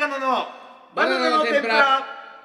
野のバナナの天ぷら。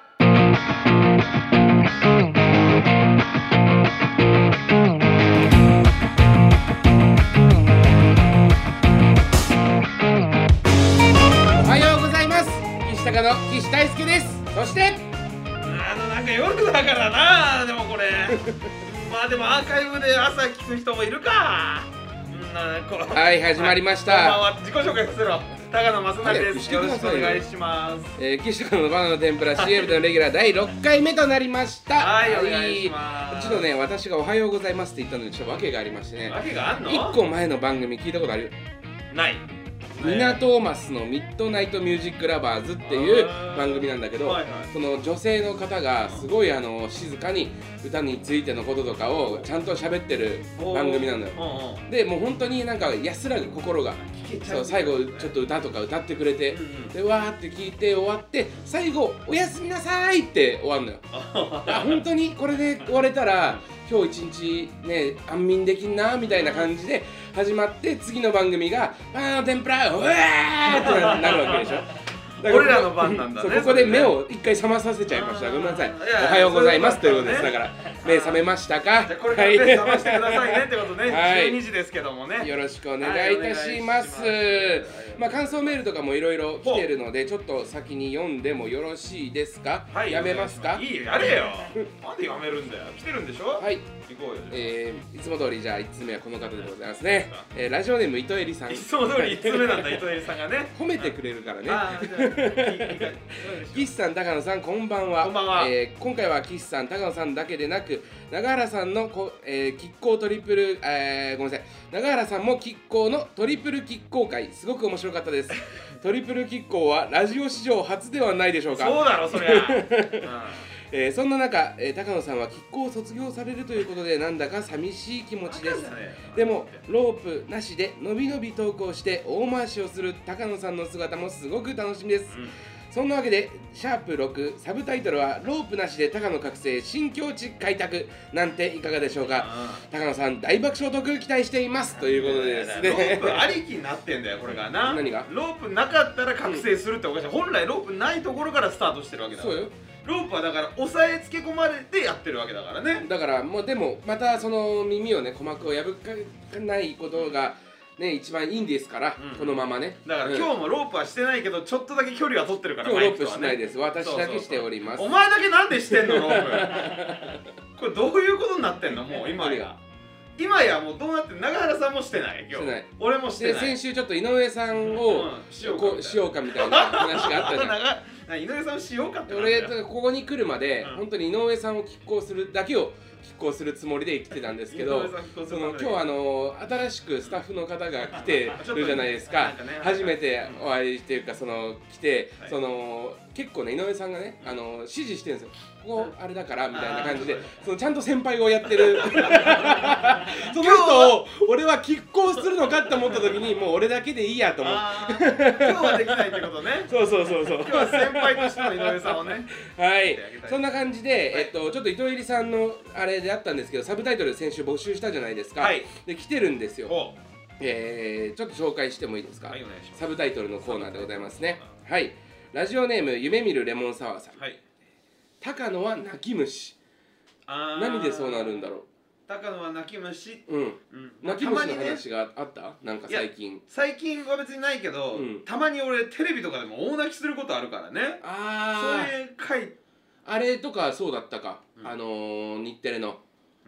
おはようございます。岸高の岸大輔です。そしてなんか夜だからな。でもこれまあでもアーカイブで朝聞く人もいるか。 はい、始まりました。 こんばんは。自己紹介させろ。高野正成です。よろしくお願いします。 岸高のバナナの天ぷら CM でのレギュラー第6回目となりました。 はい、お願いします。 ちょっとね、私がおはようございますって言ったのにちょっと訳がありましてね。 訳があんの 1個前の番組聞いたことある？ ない。 ミナトーマスのミッドナイトミュージックラバーズっていう番組なんだけど、その女性の方がすごい静かに歌についてのこととかをちゃんと喋ってる番組なのよ。でもう本当になんか安らぐ心が、そう最後ちょっと歌とか歌ってくれて、でわーって聞いて終わって最後おやすみなさいって終わるのよ。本当にこれで終われたら今日一日ね安眠できんなみたいな感じで始まって、次の番組が「バナナの天ぷらうわー!」ってなるわけでしょ。 俺らの番なんだね。 ここで目を一回覚まさせちゃいました。ごめんなさい。おはようございますということです。だから目覚めましたか？ じゃこれから目覚ましてくださいねってことね。12時ですけどもね。 よろしくお願いいたします。まあ感想メールとかもいろいろ来てるので、ちょっと先に読んでもよろしいですか？やめますか？ いいよ、やれよ。なんでやめるんだよ。来てるんでしょ？ はい。 行こうよ。 いつも通りじゃあ1つ目はこの方でございますね。ラジオネーム糸襟さん。 いつも通り1つ目なんだ、糸襟さんがね。 褒めてくれるからね。岸さん、高野さん、こんばんは。 こんばんは。 今回は岸さん、高野さんだけでなく、永原さんの拮抗トリプル、ごめんなさい。永原さんも拮抗のトリプル拮抗会、すごく面白かったです。トリプル拮抗はラジオ史上初ではないでしょうか。 そうだろ、そりゃ。 そんな中、高野さんは拮抗を卒業されるということでなんだか寂しい気持ちです。でもロープなしでのびのびトークをして大回しをする高野さんの姿もすごく楽しみです。そんなわけでシャープ6サブタイトルはロープなしで高野覚醒新境地開拓なんていかがでしょうか。高野さん大爆笑トーク期待していますということでですね。 ロープありきになってんだよこれがな。 何が？ ロープなかったら覚醒するっておかしい。本来ロープないところからスタートしてるわけだから。 そうよ。 ロープはだから押さえつけ込まれてやってるわけだからね。 だからもうでもまたその耳をね鼓膜を破かないことがね一番いいんですから、このままね。 だから今日もロープはしてないけどちょっとだけ距離は取ってるから。 今日ロープしてないです。私だけしております。 お前だけなんでしてんのロープ。これどういうことになってんのもう今や。今やもうどうなって永原さんもしてない今日。俺もしてない。 で先週ちょっと井上さんをしようかみたいな話があったじゃん。 井上さんをしようかって。 俺ここに来るまで本当に井上さんを拮抗するだけを拮抗するつもりで来てたんですけど、今日新しくスタッフの方が来てるじゃないですか。初めてお会いっていうか来て結構ね井上さんがね指示してるんですよ。ここあれだからみたいな感じでちゃんと先輩をやってるその人を俺は拮抗するのかって思った時にもう俺だけでいいやと思って今日はできないってことね。 そう今日は先輩としての井上さんをね。 はい、そんな感じでちょっと糸入さんのあれであったんですけど、サブタイトル先週募集したじゃないですか。で来てるんですよ。ちょっと紹介してもいいですか。サブタイトルのコーナーでございますね。はい、ラジオネーム夢見るレモンサワーさん。高野は泣き虫。何でそうなるんだろう。 高野は泣き虫。 泣き虫の話があった？なんか最近。 最近は別にないけど、たまに俺テレビとかでも大泣きすることあるからね。そういう回。 あれとかそうだったか。日テレの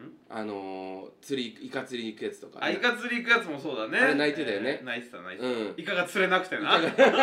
イカ釣り行くやつとか。 イカ釣り行くやつもそうだね。 あれ泣いてたよね。 泣いてた。イカが釣れなくてな。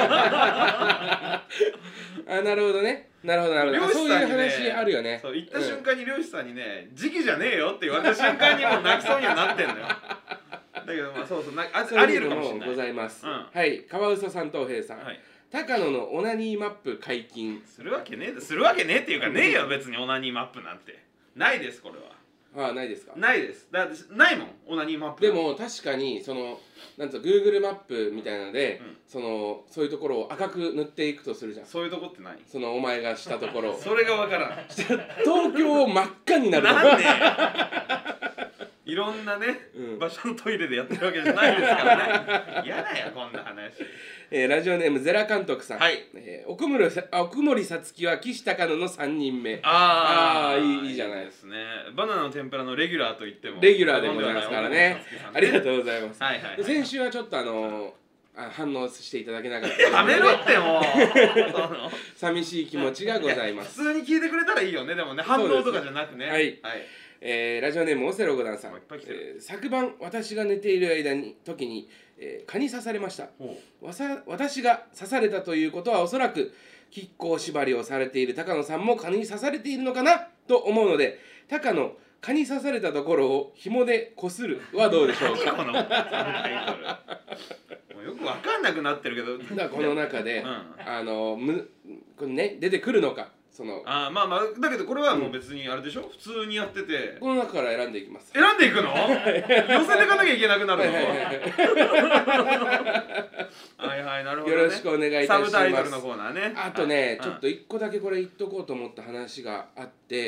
なるほどね。なるほど。そういう話あるよね。 行った瞬間に漁師さんにね、時期じゃねえよって言われた瞬間にもう泣きそうにはなってんのよ。だけどまあそうありえるかもしれない。 ございます。はい、カワウソさんと平さん。高野のオナニーマップ解禁。 するわけねえっていうかねえよ別にオナニーマップなんて。ないですこれは。 ないですか。 ないです。だってないもんオナニーマップ。 でも確かになんつうの Google マップみたいなのでそういうところを赤く塗っていくとするじゃん。 そういうとこって何？ お前がしたところ。 それがわからん。 東京真っ赤になる。 なんで？ いろんなね、場所のトイレでやってるわけじゃないですからね。嫌だよこんな話。 ラジオネームゼラ監督さん。 はい。 奥森さつきは岸高野の3人目。いいじゃないですね。バナナの天ぷらのレギュラーと言ってもレギュラーでございますからね。ありがとうございます。 はいはい。 先週はちょっと反応していただけなかったやめろってもう寂しい気持ちがございます。 普通に聞いてくれたらいいよね。でもね、反応とかじゃなくね。 はい、ラジオネームオセロ五段さん。昨晩私が寝ている時に蚊に刺されました。私が刺されたということはおそらく亀甲縛りをされている高野さんも蚊に刺されているのかなと思うので、高野蚊に刺されたところを紐でこするはどうでしょうか。 このタイトルもうよく分かんなくなってるけど、 この中で、これね出てくるのか。 まあだけどこれはもう別にあれでしょ、普通にやっててこの中から選んでいきます。 選んでいくの？寄せていかなきゃいけなくなるの？はいはい、なるほどね。 よろしくお願いいたします。 サブタイトルのコーナーね。 あとね、ちょっと一個だけこれ言っとこうと思った話があって、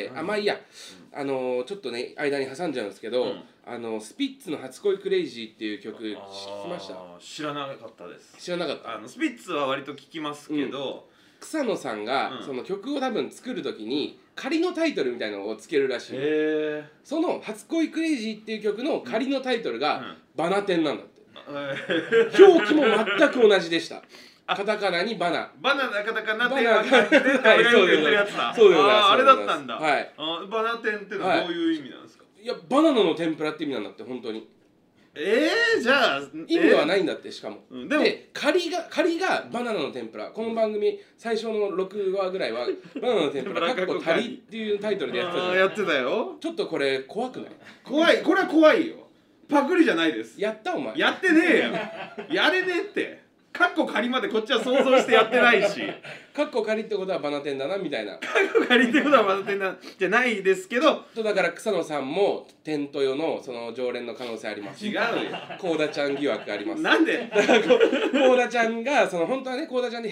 まあいいや、ちょっとね間に挟んじゃうんですけど、スピッツの初恋クレイジーっていう曲聞きました？ 知らなかったです。 知らなかった。 スピッツは割と聞きますけど、 草野さんがその曲を多分作る時に仮のタイトルみたいなのをつけるらしい。その初恋クレイジーっていう曲の仮のタイトルがバナテンなんだって。表記も全く同じでした。カタカナにバナ。 バナナカタカナっていう感じで俺がよく言ってるやつだ。 そうです。 あれだったんだ。 はい。 バナテンってのはどういう意味なんですか？ いや、バナナの天ぷらって意味なんだって本当に。 じゃあ意味はないんだって。しかもで仮がバナナの天ぷら。この番組最初の6話ぐらいはバナナの天ぷらかっこ仮っていうタイトルでやってたじゃん。 やってたよ。 ちょっとこれ怖くない？ 怖い。これは怖いよ。パクリじゃないです。 やったお前。 やってねえよ。やれねえって。カッコ仮までこっちは想像してやってないし。 カッコ仮ってことはバナテンだなみたいな。 カッコ仮ってことはバナテンだじゃないですけど。 だから草野さんもテント用のその常連の可能性あります。 違うよ。 コウダちゃん疑惑あります。 なんで？ だからコウダちゃんがその本当はね、コウダちゃんで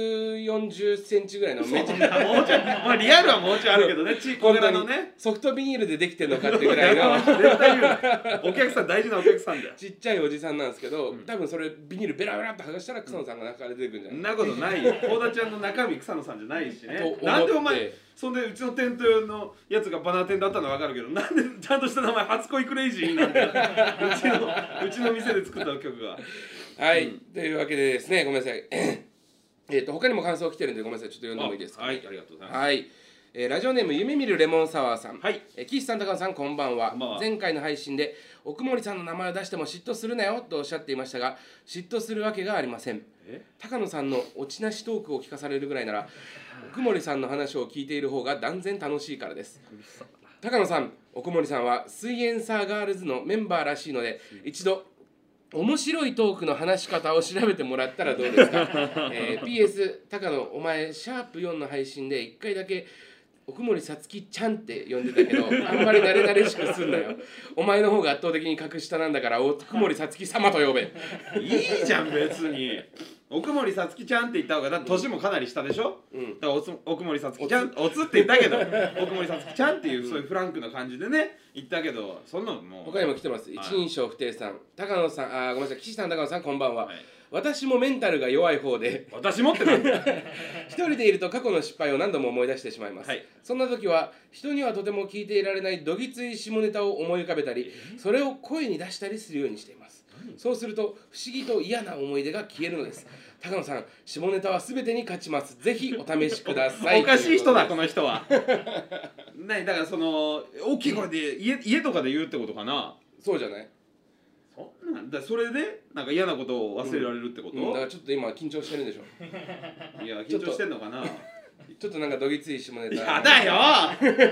140センチぐらいのめちゃもうちょい、まあリアルはもうちょいあるけどね。小柄のね。 ソフトビニールでできてるのかってぐらいの絶対言うな。お客さん大事なお客さんだよ。 ちっちゃいおじさんなんですけど、多分それビニールベラベラって剥がしたら草野さんが中から出てくるんじゃない？ そんなことないよ。コウダちゃんの中身草野さんじゃないしね。なんでお前そんでうちのテント用のやつがバナテンだったのは分かるけど、なんでちゃんとした名前初恋クレイジーなんだよ。うちの店で作った曲が。 はい、というわけでですね、ごめんなさい。他にも感想来てるんでごめんなさい、ちょっと読んでもいいですか？ はい、ありがとうございます。 はい。ラジオネーム夢見るレモンサワーさん。 はい。 岸さん高野さんこんばんは。前回の配信で奥森さんの名前を出しても嫉妬するなよとおっしゃっていましたが、嫉妬するわけがありません。高野さんのオチなしトークを聞かされるぐらいなら奥森さんの話を聞いている方が断然楽しいからです。高野さん、奥森さんはスイエンサーガールズのメンバーらしいので、一度面白いトークの話し方を調べてもらったらどうですか？PS 高野、お前シャープ4の配信で1回だけ奥森さつきちゃんって呼んでたけど、あんまり慣れ慣れしくすんなよ。お前の方が圧倒的に格下なんだから奥森さつき様と呼べ。 いいじゃん別に。奥森さつきちゃんって言った方がだって年もかなり下でしょ。だから奥森さつきちゃん、おつって言ったけど奥森さつきちゃんっていうそういうフランクな感じでね言ったけど、そんなのもう他にも来てます。一人称不定さん、高野さん、ごめんなさい、岸さん高野さんこんばんは。私もメンタルが弱い方で、 私もってなんだ。 一人でいると過去の失敗を何度も思い出してしまいます。そんな時は人にはとても聞いていられないどぎつい下ネタを思い浮かべたり、それを声に出したりするようにしています。そうすると不思議と嫌な思い出が消えるのです。高野さん、下ネタは全てに勝ちます。ぜひお試しください。 おかしい人だこの人は。ね、だからその大きい声で家とかで言うってことかな。 そうじゃない？ そんなんだ、それでなんか嫌なことを忘れられるってこと？ だからちょっと今緊張してるんでしょ。 いや緊張してんのかな。 ちょっとなんかどぎつい下ネタ。 やだよ。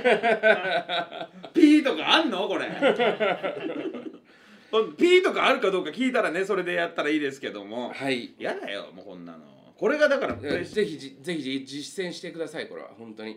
ピーとかあんのこれ。ピーとかあるかどうか聞いたらね、それでやったらいいですけども。 はい。 やだよもうこんなの。これがだからぜひ実践してください。これは本当に。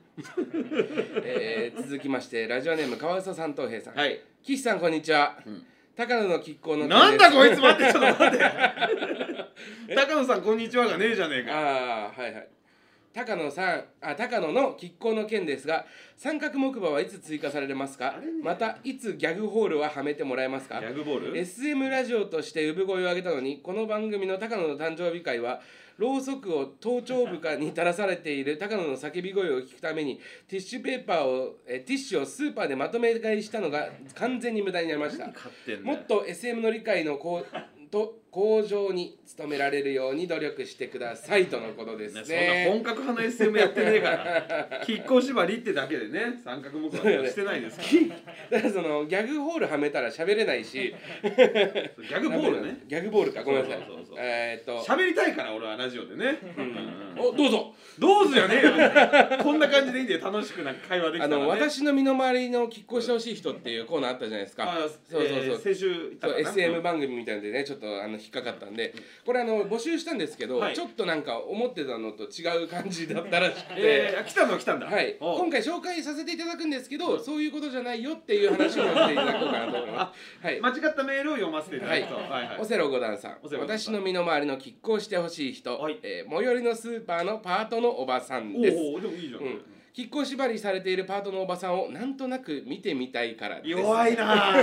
続きましてラジオネーム川磯さん東平さん。 はい。 岸さんこんにちは。高野の吉行のなんだこいつ、待ってちょっと待って。高野さんこんにちはがねえじゃねえか。 はいはい。 高野の亀甲の件ですが、三角木馬はいつ追加されますか？またいつギャグホールははめてもらえますか？ ギャグボール SM ラジオとして産声を上げたのに、この番組の高野の誕生日会はろうそくを頭頂部下に垂らされている高野の叫び声を聞くためにティッシュをスーパーでまとめ買いしたのが完全に無駄になりました。もっと SM の理解の向上に努められるように努力してくださいとのことですね。 そんな本格派の SM やってねえから亀甲縛りってだけでね、三角木馬はしてないですだからそのギャグホールはめたら喋れないしギャグボールね、 ギャグボールか、ごめんなさい。 喋りたいから俺はラジオでね、 お、どうぞどうぞじゃねえよこんな感じでいいんだよ、楽しくなんか会話できたらね。 私の身の回りの拮抗してほしい人っていうコーナーあったじゃないですか。 先週 SM 番組みたいなんでね、ちょっと引っかかったんで、これ募集したんですけど、ちょっとなんか思ってたのと違う感じだったらしくて、 来たのは来たんだ。 はい、今回紹介させていただくんですけど、そういうことじゃないよっていう話をさせていただこうかなと思います。はい、 間違ったメールを読ませていただくと、 オセロ五段さん、私の身の回りの拮抗してほしい人、最寄りのスーパーのパートのおばさんです。 おお、でもいいじゃん。 拮抗縛りされているパートのおばさんをなんとなく見てみたいからです。 弱いな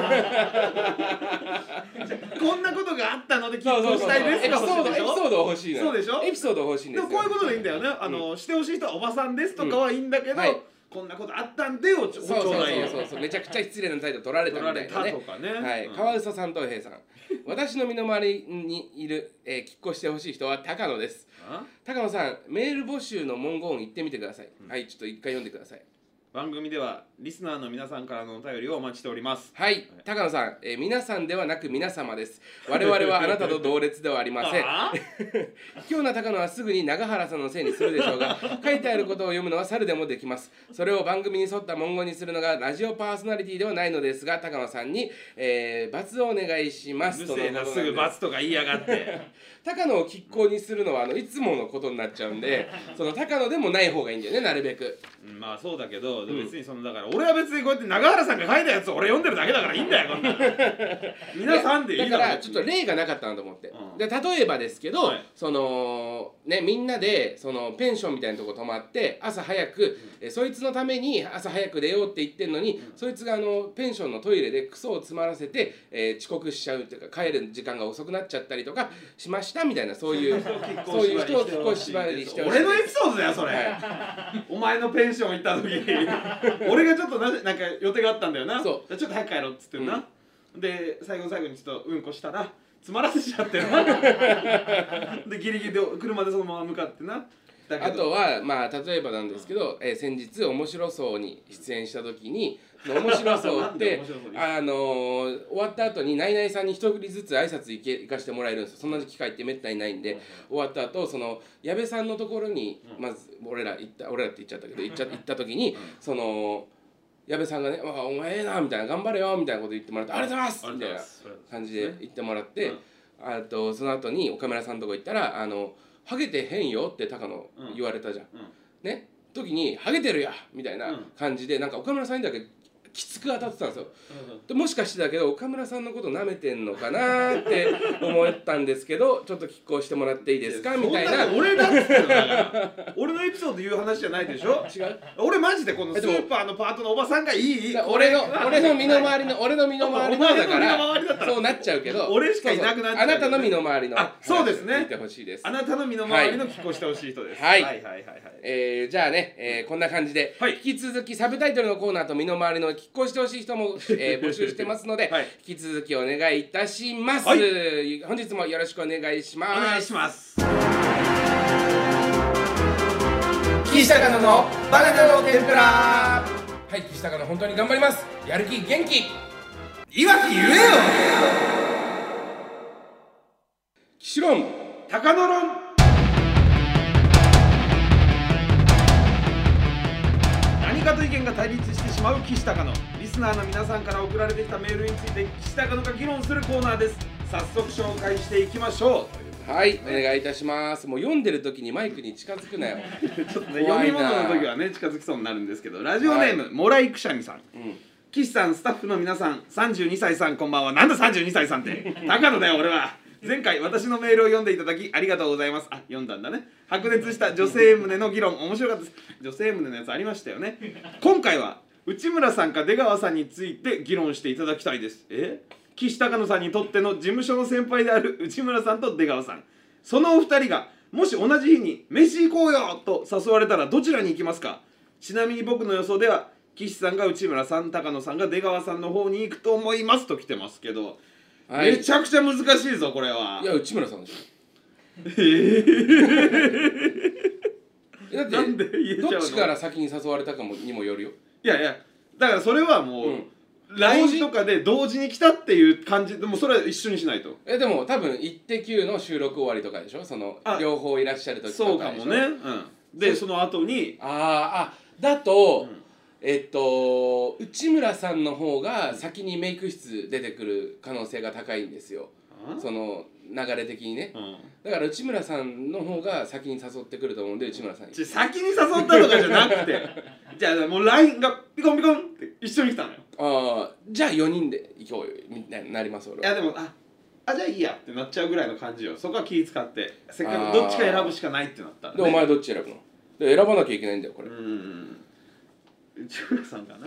こんなことがあったので拮抗したいですか？ エピソード欲しいな。 そうでしょ？ エピソード欲しいんですよ。 でもこういうことでいいんだよね。してほしい人はおばさんですとかはいいんだけど、こんなことあったんでよ、ちょうだいよ。 そうめちゃくちゃ失礼な態度取られたみたいなね。はい、カワウソ三等兵さん。私の身の回りにいる拮抗してほしい人は高野です。高野さん、メール募集の文言を言ってみてください。はい、ちょっと一回読んでください。 番組ではリスナーの皆さんからのお便りをお待ちしております。 はい、高野さん、皆さんではなく皆様です。我々はあなたと同列ではありません。今日の高野はすぐに永原さんのせいにするでしょうが、書いてあることを読むのは猿でもできます。それを番組に沿った文言にするのがラジオパーソナリティではないのですが、高野さんに、罰をお願いします。 うるせえな、すぐ罰とか言いやがって。 高野を拮抗にするのはいつものことになっちゃうんで、その高野でもない方がいいんだよね、なるべく。 まあそうだけど、別にだから俺は別にこうやって永原さんが書いたやつを俺読んでるだけだからいいんだよ、こんな皆さんでいいだろ。だからちょっと例がなかったなと思って、で例えばですけど、みんなでペンションみたいなとこ泊まって朝早く、そいつのために朝早く出ようって言ってんのに、そいつがペンションのトイレでクソを詰まらせて、遅刻しちゃうっていうか帰る時間が遅くなっちゃったりとかしましたみたいな、そういう人を拮抗縛りしてほしい。 俺のエピソードだよそれ、お前のペンション行った時俺がちょっとなんか予定があったんだよな。そうちょっと早く帰ろうっつってんな、で最後にちょっとうんこしたら詰まらせちゃってなでギリギリで車でそのまま向かってな。 あとは例えばなんですけど、先日面白そうに出演した時に、面白そうって終わった後にナイナイさんに一人ずつ挨拶行かしてもらえるんですよ。そんな機会ってめったにないんで、終わった後矢部さんのところにまず俺らって言っちゃったけど行った時に矢部さんがね「お前ええな」みたいな「頑張れよ」みたいなこと言ってもらって「ありがとうございます」みたいな感じで言ってもらって、その後に岡村さんのとこ行ったらハゲてへんよって高野言われたじゃん。ね、時にハゲてるやみたいな感じでなんか岡村さんにだけきつく当たってたんですよ。でもしかしてだけど岡村さんのこと舐めてんのかなって思ったんですけど、ちょっと拮抗してもらっていいですかみたいな。 俺だっつってんのだから俺のエピソード言う話じゃないでしょ。違う、俺マジでこのスーパーのパートのおばさんがいい。 俺の身の回りのだからそうなっちゃうけど、 俺しかいなくなっちゃう。 あなたの身の回りのそうですね、 聞いてほしいです。 あなたの身の回りの拮抗してほしい人です。 はい、じゃあね、こんな感じで引き続きサブタイトルのコーナーと身の回りの拮抗してほしい人も募集してますので、引き続きお願いいたします。本日もよろしくお願いします。 お願いします。 岸高野のバナナの天ぷら。はい、岸高野本当に頑張ります。やる気元気いわき言えよ。 岸論高野論。何かと意見が対立してしまう岸高野。リスナーの皆さんから送られてきたメールについて岸高野が議論するコーナーです。早速紹介していきましょう。はい、お願いいたします。もう読んでる時にマイクに近づくなよ。 ちょっとね、読み物の時はね近づきそうになるんですけど、ラジオネーム、もらいくしゃみさん。岸さん、スタッフの皆さん、32歳さんこんばんは。なんだ32歳さんって高野だよ俺は。 前回私のメールを読んでいただきありがとうございます。あ、読んだんだね。白熱した女性胸の議論面白かったです。女性胸のやつありましたよね。今回は内村さんか出川さんについて議論していただきたいです。岸高野さんにとっての事務所の先輩である内村さんと出川さん、そのお二人がもし同じ日に飯行こうよと誘われたらどちらに行きますか？ちなみに僕の予想では岸さんが内村さん、高野さんが出川さんの方に行くと思いますと来てますけど、はい、めちゃくちゃ難しいぞこれは。 いや内村さんでしょ。だってなんで言えちゃうの？どっちから先に誘われたかにもよるよ。 いやいや、だからそれはもう、LINE とかで同時に来たっていう感じでもそれは一緒にしないと。 でも多分「イッテ Q!」の収録終わりとかでしょ、その両方いらっしゃる時とかでしょ。 そうかもね、でその後にだと、内村さんの方が先にメイク室出てくる可能性が高いんですよ、その流れ的にね、だから内村さんの方が先に誘ってくると思うんで内村さんに先に誘ったとかじゃなくてじゃあもう LINE がピコンピコンって一緒に来たのよ。 じゃあ4人で行こうよみたいになります。俺いやでもじゃあいいやってなっちゃうぐらいの感じよ。そこは気使ってせっかくどっちか選ぶしかないってなったら、ね、 でお前どっち選ぶの？で選ばなきゃいけないんだよこれ。 内村さんかな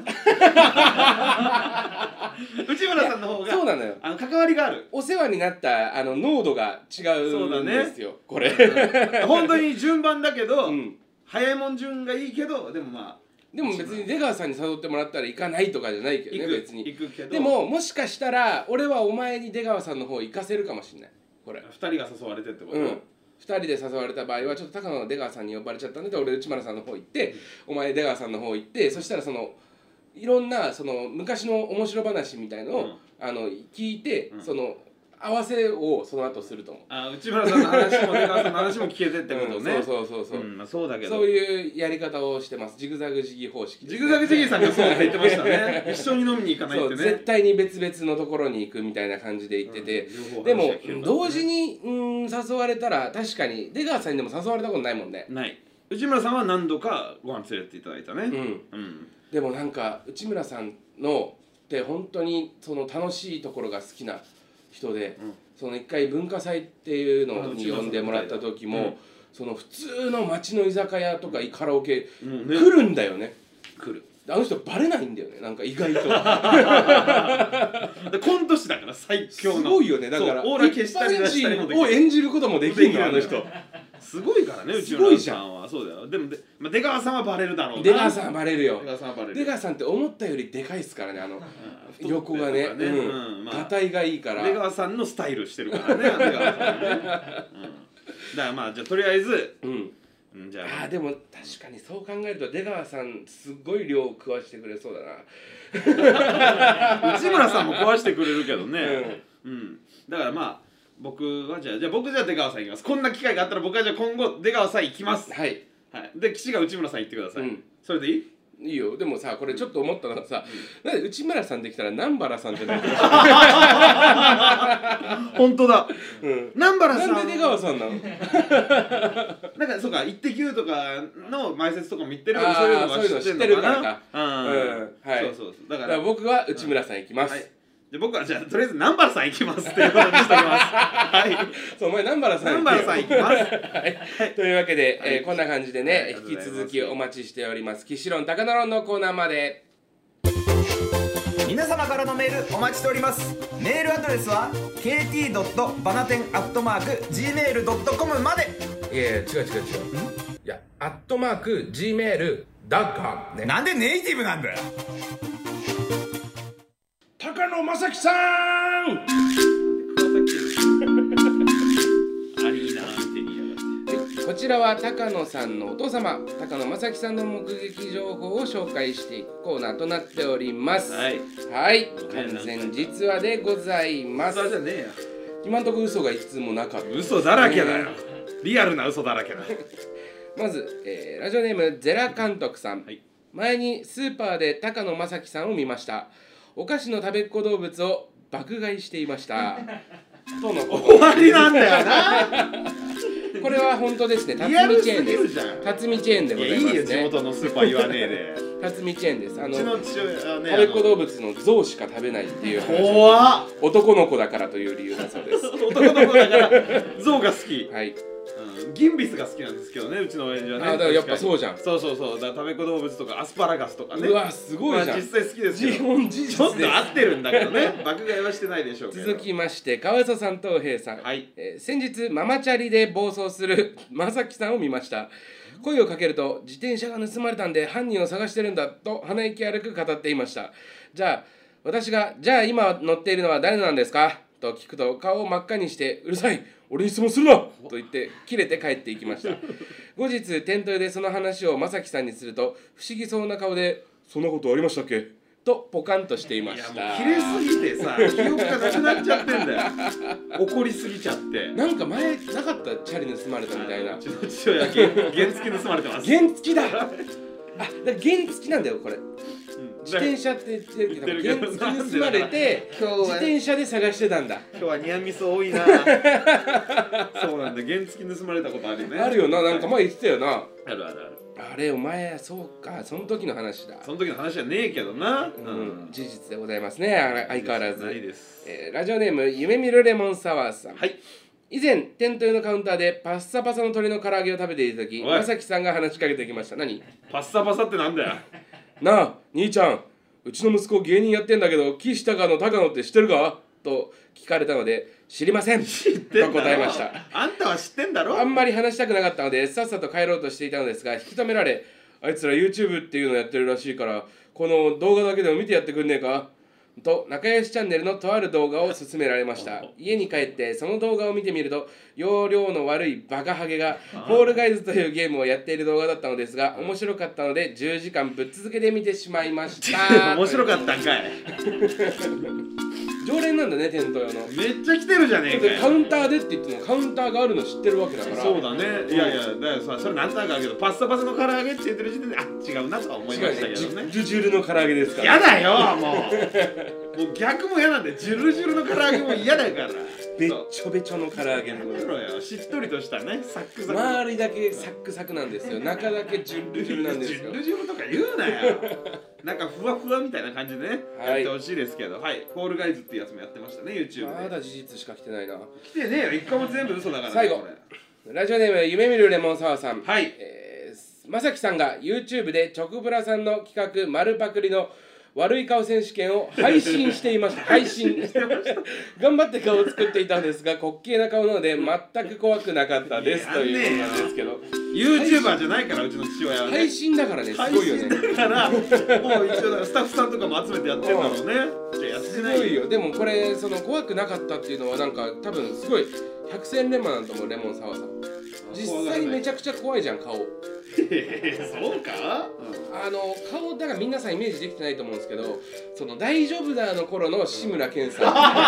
内村さんの方がそうなのよ、 関わりがある。 お世話になった濃度が違うんですよ、これ本当に順番だけど、早いもん順がいいけど、でもでも別に出川さんに誘ってもらったら行かないとかじゃないけどね、別に行くけど。 でももしかしたら俺はお前に出川さんの方行かせるかもしれない。これ 2人が誘われてってこと？ 2人で誘われた場合はちょっと高野出川さんに呼ばれちゃったんで俺内村さんの方行って、お前出川さんの方行って、そしたらそのいろんなその昔の面白話みたいのを、聞いて、その合わせをその後すると思う。 内村さんの話も出川さんの話も聞けてってことね。 そうそうだけどそういうやり方をしてます。ジグザグジギー方式、 ジグザグジギーさんがそうって言ってましたね一緒に飲みに行かないってね。 絶対に別々のところに行くみたいな感じで言ってて、でも同時に誘われたら確かに出川さんにでも誘われたことないもんね。 ない。内村さんは何度かご飯連れていただいたね。 でもなんか内村さんのって本当にその楽しいところが好きな人で、その一回文化祭っていうのに呼んでもらった時も、その普通の街の居酒屋とかカラオケ来るんだよね。来る。あの人バレないんだよね、なんか意外とコント師だから最強のすごいよね。だからオーラ消したり出したりもできる、 を演じることもできるの、あの人すごいからね。内村さんはそうだよ。でも出川さんはバレるだろうな。 出川さんはバレるよ。 出川さんって思ったよりでかいっすからね、横がね、がたいがいいから。 出川さんのスタイルしてるからね、出川さんね。だからじゃあとりあえずじゃあでも確かにそう考えると出川さんすっごい量食わしてくれそうだな内村さんも食わしてくれるけどね。だから僕はじゃあ僕出川さん行きます。こんな機会があったら僕はじゃあ今後出川さん行きます。で岸が内村さん行ってください。それでいい？ いいよ。でもさ、これちょっと思ったのがさ、なんで内村さんできたら南原さんじゃないか本当だ。南原さんなんで出川さんなの？ なんかそうか、イッテ Q とかの前説とかも言ってるから、そういうのは知ってるからか。そうだから僕は内村さん行きます。 僕はじゃあとりあえず南原さん行きますっていうことにしておきます。 そう、お前南原さん行きます。 というわけでこんな感じでね、引き続きお待ちしております。岸論高野論のコーナーまで。 皆様からのメールお待ちしております。メールアドレスは kt.banaten@gmail.com まで。 いや違う。いや@gmail.com なんでネイティブなんだよ。 高野正樹さんこちらは高野さんのお父様高野正樹さんの目撃情報を紹介していくコーナーとなっております。はい完全実話でございます。 嘘じゃねえや。 今んとこ嘘が一つもなかった。 嘘だらけだよ。リアルな嘘だらけだ。 まず、ラジオネームゼラ監督さん、前にスーパーで高野正樹さんを見ました。お菓子の食べっ子動物を爆買いしていましたとのこと。 終わりなんだよなこれは本当ですね。辰巳チェーンです。辰巳チェーンでございますね。 いいよ地元のスーパー言わねえで。 辰巳チェーンです。 うちの父親ね、 食べっ子動物の象しか食べないっていう話。 怖っ。 男の子だからという理由だそうです。 男の子だから象が好き。 はい。 ギンビスが好きなんですけどね、うちの親父はね。 だからやっぱそうじゃん。 そうだから食べっ子動物とかアスパラガスとかね。 うわすごいじゃん。 実際好きですよ。 自問自ちょっと合ってるんだけどね。爆買いはしてないでしょうけど。 続きまして川曽さんと平さん。 はい。 先日ママチャリで暴走する正樹さんを見ました。声をかけると自転車が盗まれたんで犯人を探してるんだと鼻息荒く語っていました。じゃあ今乗っているのは誰なんですかと聞くと顔を真っ赤にしてうるさい俺に質問するなと言って切れて帰っていきました。後日テントでその話を正樹さんにすると不思議そうな顔でそんなことありましたっけとポカンとしていました。 いやもう切れすぎてさ記憶がなくなっちゃってんだよ。怒りすぎちゃって。 なんか前なかったチャリ盗まれたみたいな。 うちの父親原付盗まれてます。 原付だ。だから原付なんだよこれ。自転車って言ってるけど原付盗まれて自転車で探してたんだ。 今日はニアミス多いな。そうなんだ、原付盗まれたことあるよね。 あるよな、なんか前言ってたよな。 ある。 あれお前そうか、その時の話だ。 その時の話はねえけどな。 事実でございますね、相変わらず。 ないです。 ラジオネーム夢見るレモンサワーさん。 はい。 以前テント用のカウンターでパッサパサの鶏の唐揚げを食べていた時、正樹さんが話しかけてきました。何？ パッサパサってなんだよ。 なあ兄ちゃん、うちの息子芸人やってんだけど岸高野高野って知ってるかと聞かれたので知りませんと答えました。 あんたは知ってんだろ。 あんまり話したくなかったのでさっさと帰ろうとしていたのですが引き止められ、あいつら YouTube っていうのやってるらしいからこの動画だけでも見てやってくんねえかと仲良しチャンネルのとある動画を勧められました。家に帰ってその動画を見てみると容量の悪いバカハゲがフォールガイズというゲームをやっている動画だったのですが面白かったので10時間ぶっ続けて見てしまいました。 面白かったんかい。 常連なんだね、テント用の。 めっちゃ来てるじゃねえかよ。 カウンターでって言ってもカウンターがあるの知ってるわけだから。 そうだね。いやだからそれなんとなくあるけどパッサパサの唐揚げって言ってる時点で違うなとは思いましたけどね。 ジュジュルの唐揚げですから。 やだよもう逆も嫌なんでジュルジュルの唐揚げも嫌だから。 べっちょべちょの唐揚げのしっとりとしたねサックサク。 周りだけサックサクなんですよ。中だけジュルジュルなんですよ。 ジュルジュルとか言うなよ。なんかふわふわみたいな感じでね、やってほしいですけど、はい、フォールガイズっていうやつもやってましたね、YouTube で。 まだ事実しか来てないな。 来てねえよ、一回も全部嘘だからね。 最後、ラジオネーム夢見るレモンサワーさん。 はい。 まさきさんが YouTube でチョコブラさんの企画丸パクリの悪い顔選手権を配信していました。頑張って顔を作っていたんですが滑稽な顔なので全く怖くなかったですということなんですけど、 YouTuber じゃないからうちの父親はね。 配信だからね、すごいよね。 配信だからもう一応スタッフさんとかも集めてやってるんだろうね。じゃあやってないよ。 すごいよ。でもこれその怖くなかったっていうのはなんか多分すごい百戦錬磨なんと思う。レモンサワーさん実際めちゃくちゃ怖いじゃん顔。 そうか？ 顔だから皆さんイメージできてないと思うんですけど、その大丈夫だの頃の志村けんさん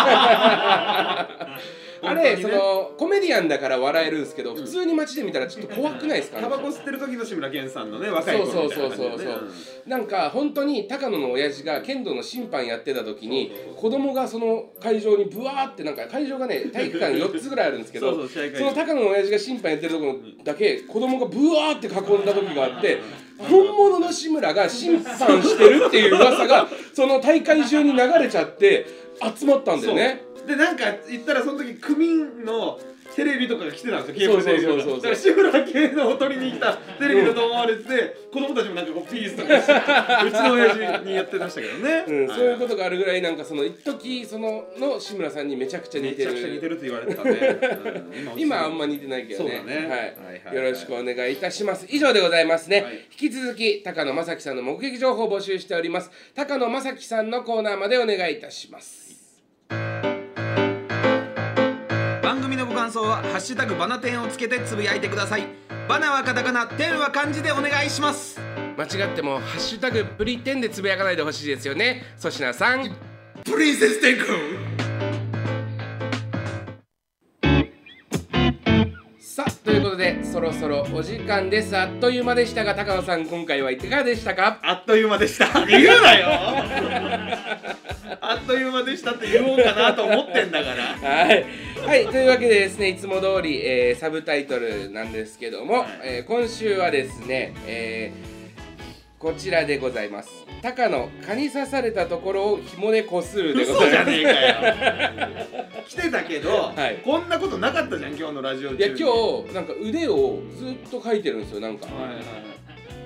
あれ、そのコメディアンだから笑えるんですけど、普通に街で見たらちょっと怖くないですか？ タバコ吸ってる時の志村けんさんのね、若い頃みたいな感じでね。 そうなんか本当に高野の親父が剣道の審判やってた時に子供がその会場にブワーってなんか会場がね体育館4つぐらいあるんですけどその高野の親父が審判やってるところだけ子供がブワーって囲んだ時があって本物の志村が審判してるっていう噂がその大会中に流れちゃって集まったんだよね。 でなんか言ったらその時区民のテレビとかが来てたんですよ、ケーブルテレビとか。だから志村けんを取りに来たテレビだと思われてて、子供たちもなんかこうピースとかしてうちの親父にやってましたけどね。 そういうことがあるぐらいなんかその一時その志村さんにめちめちゃくちゃ似てるって言われてたね。 今あんま似てないけどね。 そうだね。 はい。よろしくお願いいたします。以上でございますね。引き続き高野正樹さんの目撃情報を募集しております。高野正樹さんのコーナーまでお願いいたします。 番組のご感想はハッシュタグバナテンをつけてつぶやいてください。バナはカタカナ、テンは漢字でお願いします。 間違ってもハッシュタグプリテンでつぶやかないでほしいですよね。粗品さん。 プリンセステン君。 さあということでそろそろお時間です。あっという間でしたが高野さん今回はいかがでしたか？ あっという間でした。言うなよ。 あっという間でしたって言おうかなと思ってんだからはい、はい、というわけでですね、いつも通り、サブタイトルなんですけども、はい、今週はですね、こちらでございます。タカの蚊に刺されたところを紐でこするでございます。 嘘じゃねえかよ来てたけど、はい、こんなことなかったじゃん今日のラジオ中に。 いや今日なんか腕をずっと描いてるんですよなんか、はいはいはい、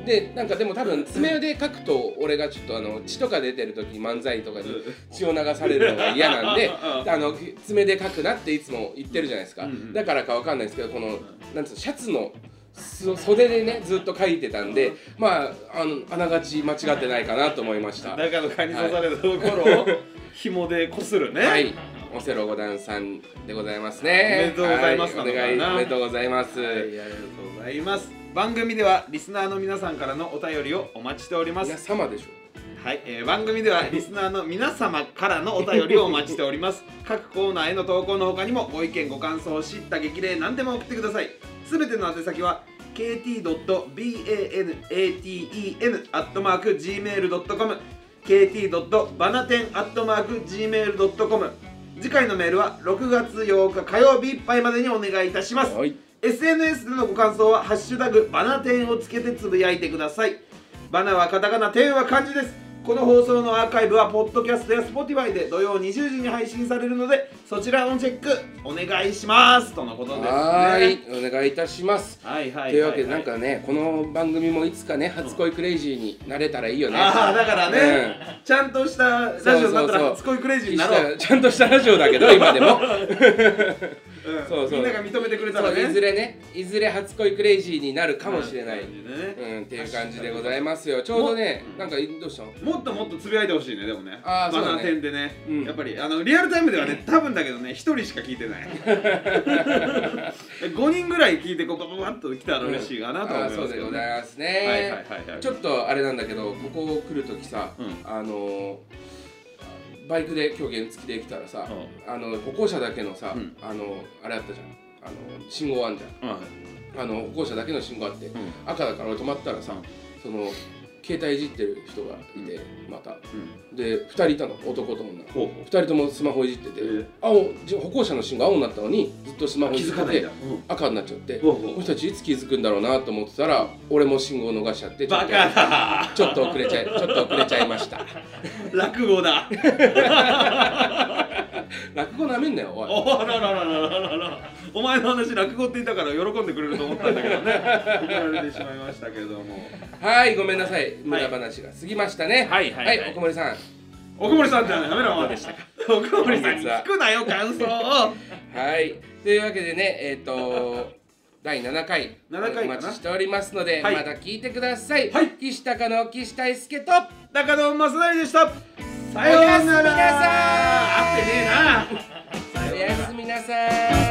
でなんかでも多分爪で描くと俺がちょっと血とか出てる時に漫才とかに血を流されるのが嫌なんで爪で描くなっていつも言ってるじゃないですか、うんうん、だからかわかんないですけどこのなんつうのシャツの袖でねずっと書いてたんで、まああながち間違ってないかなと思いました。 中の蚊に刺されたところを紐でこするね。 はい、オセロ五段さんでございますね。 おめでとうございます。 はい、おめでとうございます。 はい、ありがとうございます。番組ではリスナーの皆さんからのお便りをお待ちしております。 皆様でしょ。 はい、番組ではリスナーの皆様からのお便りをお待ちしております。各コーナーへの投稿の他にもご意見ご感想知った激励何でも送ってください。すべての宛先はkt.banaten@gmail.com kt.banaten@gmail.com 次回のメールは6月8日火曜日いっぱいまでにお願いいたします。はい、SNS でのご感想はハッシュタグバナテンをつけてつぶやいてください。バナはカタカナ、テンは漢字です。この放送のアーカイブはポッドキャストや Spotify で土曜20時に配信されるのでそちらのチェックお願いしますとのことですね。 はい、お願いいたします。 はいはい、 というわけでなんかねこの番組もいつかね初恋クレイジーになれたらいいよね。 ああだからね、ちゃんとしたラジオになったら初恋クレイジーになろう。 ちゃんとしたラジオだけど今でもそうみんなが認めてくれたらね、 いずれ初恋クレイジーになるかもしれない、っていう感じでございますよ。ちょうどねなんかどうしたの？ もっともっとつぶやいてほしいね。でもねバナテンでね、やっぱりリアルタイムではね多分だけどね1人しか聞いてない5人ぐらい聞いてこうババッと来たら嬉しいかなと思いますけどね。 そうでございますね。ちょっとあれなんだけどここ来るときさバイクで今日原付で来たらさ、歩行者だけのさ、あれあったじゃん、信号あんじゃん、歩行者だけの信号あって、赤だから俺止まったらさ、その携帯いじってる人がいてまた、で2人いたの、男と女、2人ともスマホいじってて、歩行者の信号青になったのにずっとスマホいじってて赤になっちゃって、この人たちいつ気づくんだろうなと思ってたら俺も信号逃しちゃってちょっと遅れちゃいました。 落語だ落語なめんなよおい。 あらららららら、お前の話落語って言ったから喜んでくれると思ったんだけどね怒られてしまいましたけども、 はいごめんなさい無駄話が過ぎましたね。はい奥森さん、 奥森さんってやめろでしたか。奥森さんに聞くなよ感想をはいというわけでね第7回お待ちしておりますので、また聞いてください。岸高の岸大輔と高野正成でした。 さようなら。 合ってねえな。 おやすみなさい。